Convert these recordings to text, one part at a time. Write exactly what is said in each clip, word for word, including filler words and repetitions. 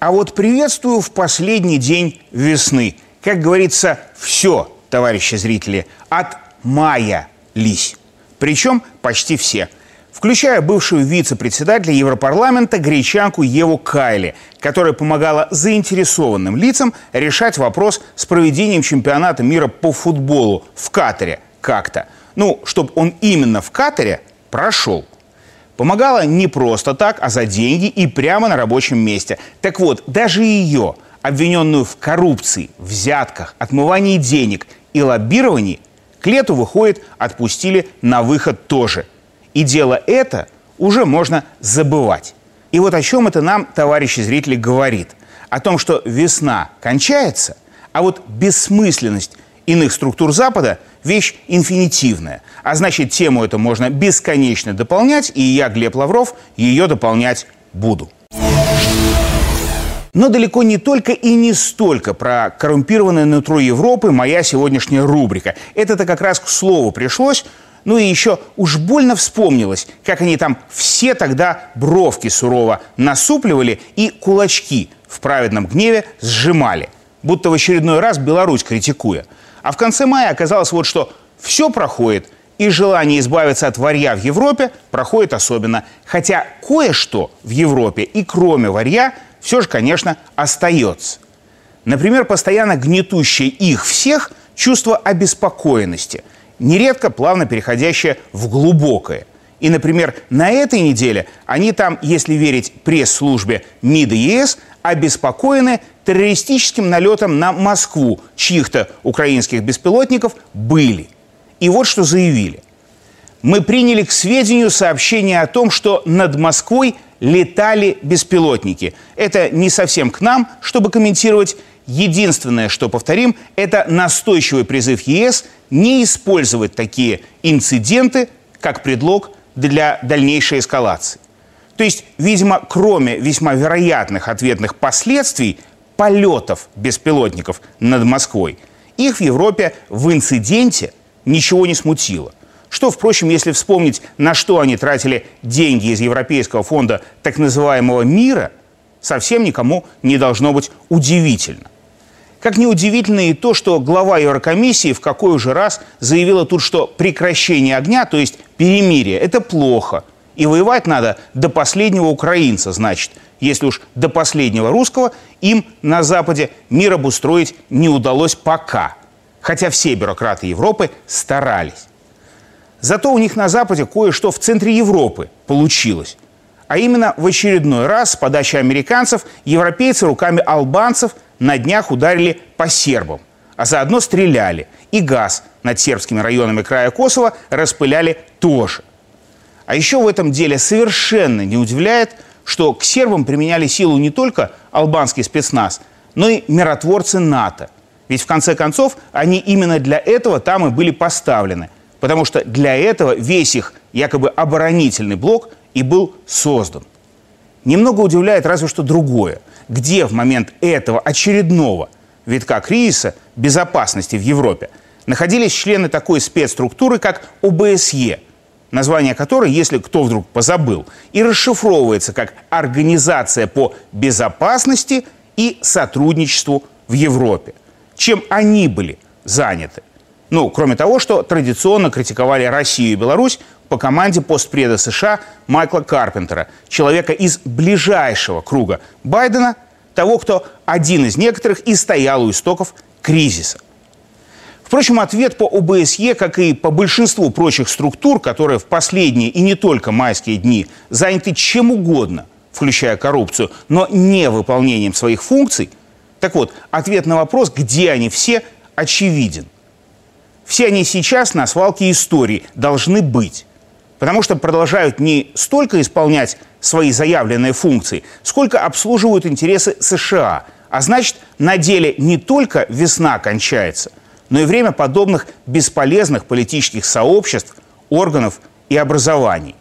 А вот приветствую в последний день весны. Как говорится, все, товарищи зрители, отмаялись. Причем почти все. Включая бывшую вице-председателя Европарламента гречанку Еву Кайли, которая помогала заинтересованным лицам решать вопрос с проведением чемпионата мира по футболу в Катаре как-то. Ну, чтобы он именно в Катаре прошел. Помогала не просто так, а за деньги и прямо на рабочем месте. Так вот, даже ее, обвиненную в коррупции, взятках, отмывании денег и лоббировании, к лету, выходит, отпустили на выход тоже. И дело это уже можно забывать. И вот о чем это нам, товарищи зрители, говорит. О том, что весна кончается, а вот бессмысленность иных структур Запада – вещь инфинитивная. А значит, тему эту можно бесконечно дополнять, и я, Глеб Лавров, ее дополнять буду. Но далеко не только и не столько про коррумпированное нутро Европы моя сегодняшняя рубрика. Это-то как раз к слову пришлось. Ну и еще уж больно вспомнилось, как они там все тогда бровки сурово насупливали и кулачки в праведном гневе сжимали. Будто в очередной раз Беларусь критикуя. А в конце мая оказалось вот что: все проходит, и желание избавиться от варья в Европе проходит особенно. Хотя кое-что в Европе и кроме варья все же, конечно, остается. Например, постоянно гнетущее их всех чувство обеспокоенности, нередко плавно переходящее в глубокое. И, например, на этой неделе они там, если верить пресс-службе МИДа ЕС, обеспокоены террористическим налетом на Москву чьих-то украинских беспилотников были. И вот что заявили. Мы приняли к сведению сообщение о том, что над Москвой летали беспилотники. Это не совсем к нам, чтобы комментировать. Единственное, что повторим, это настойчивый призыв ЕС не использовать такие инциденты как предлог для дальнейшей эскалации. То есть, видимо, кроме весьма вероятных ответных последствий полетов беспилотников над Москвой, их в Европе в инциденте ничего не смутило. Что, впрочем, если вспомнить, на что они тратили деньги из Европейского фонда так называемого мира, совсем никому не должно быть удивительно. Как неудивительно и то, что глава Еврокомиссии в какой уже раз заявила тут, что прекращение огня, то есть перемирие, это плохо. И воевать надо до последнего украинца, значит, если уж до последнего русского им на Западе мир обустроить не удалось пока. Хотя все бюрократы Европы старались. Зато у них на Западе кое-что в центре Европы получилось. А именно в очередной раз с подачи американцев европейцы руками албанцев на днях ударили по сербам, а заодно стреляли. И газ над сербскими районами края Косово распыляли тоже. А еще в этом деле совершенно не удивляет, что к сербам применяли силу не только албанский спецназ, но и миротворцы НАТО. Ведь в конце концов они именно для этого там и были поставлены. Потому что для этого весь их якобы оборонительный блок и был создан. Немного удивляет разве что другое. Где в момент этого очередного витка кризиса безопасности в Европе находились члены такой спецструктуры, как О Бэ Эс Е, название которой, если кто вдруг позабыл, и расшифровывается как «Организация по безопасности и сотрудничеству в Европе». Чем они были заняты? Ну, кроме того, что традиционно критиковали Россию и Беларусь по команде постпреда США Майкла Карпентера, человека из ближайшего круга Байдена, того, кто один из некоторых и стоял у истоков кризиса. Впрочем, ответ по О Бэ Эс Е, как и по большинству прочих структур, которые в последние и не только майские дни заняты чем угодно, включая коррупцию, но не выполнением своих функций, так вот, ответ на вопрос, где они все, очевиден. Все они сейчас на свалке истории должны быть. Потому что продолжают не столько исполнять свои заявленные функции, сколько обслуживают интересы США. А значит, на деле не только весна кончается, но и время подобных бесполезных политических сообществ, органов и образований.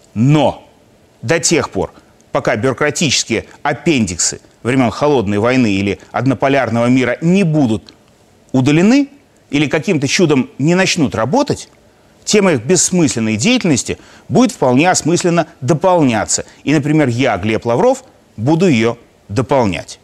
Но до тех пор, пока бюрократические аппендиксы времен Холодной войны или однополярного мира не будут удалены, или каким-то чудом не начнут работать, тема их бессмысленной деятельности будет вполне осмысленно дополняться. И, например, я, Глеб Лавров, буду ее дополнять.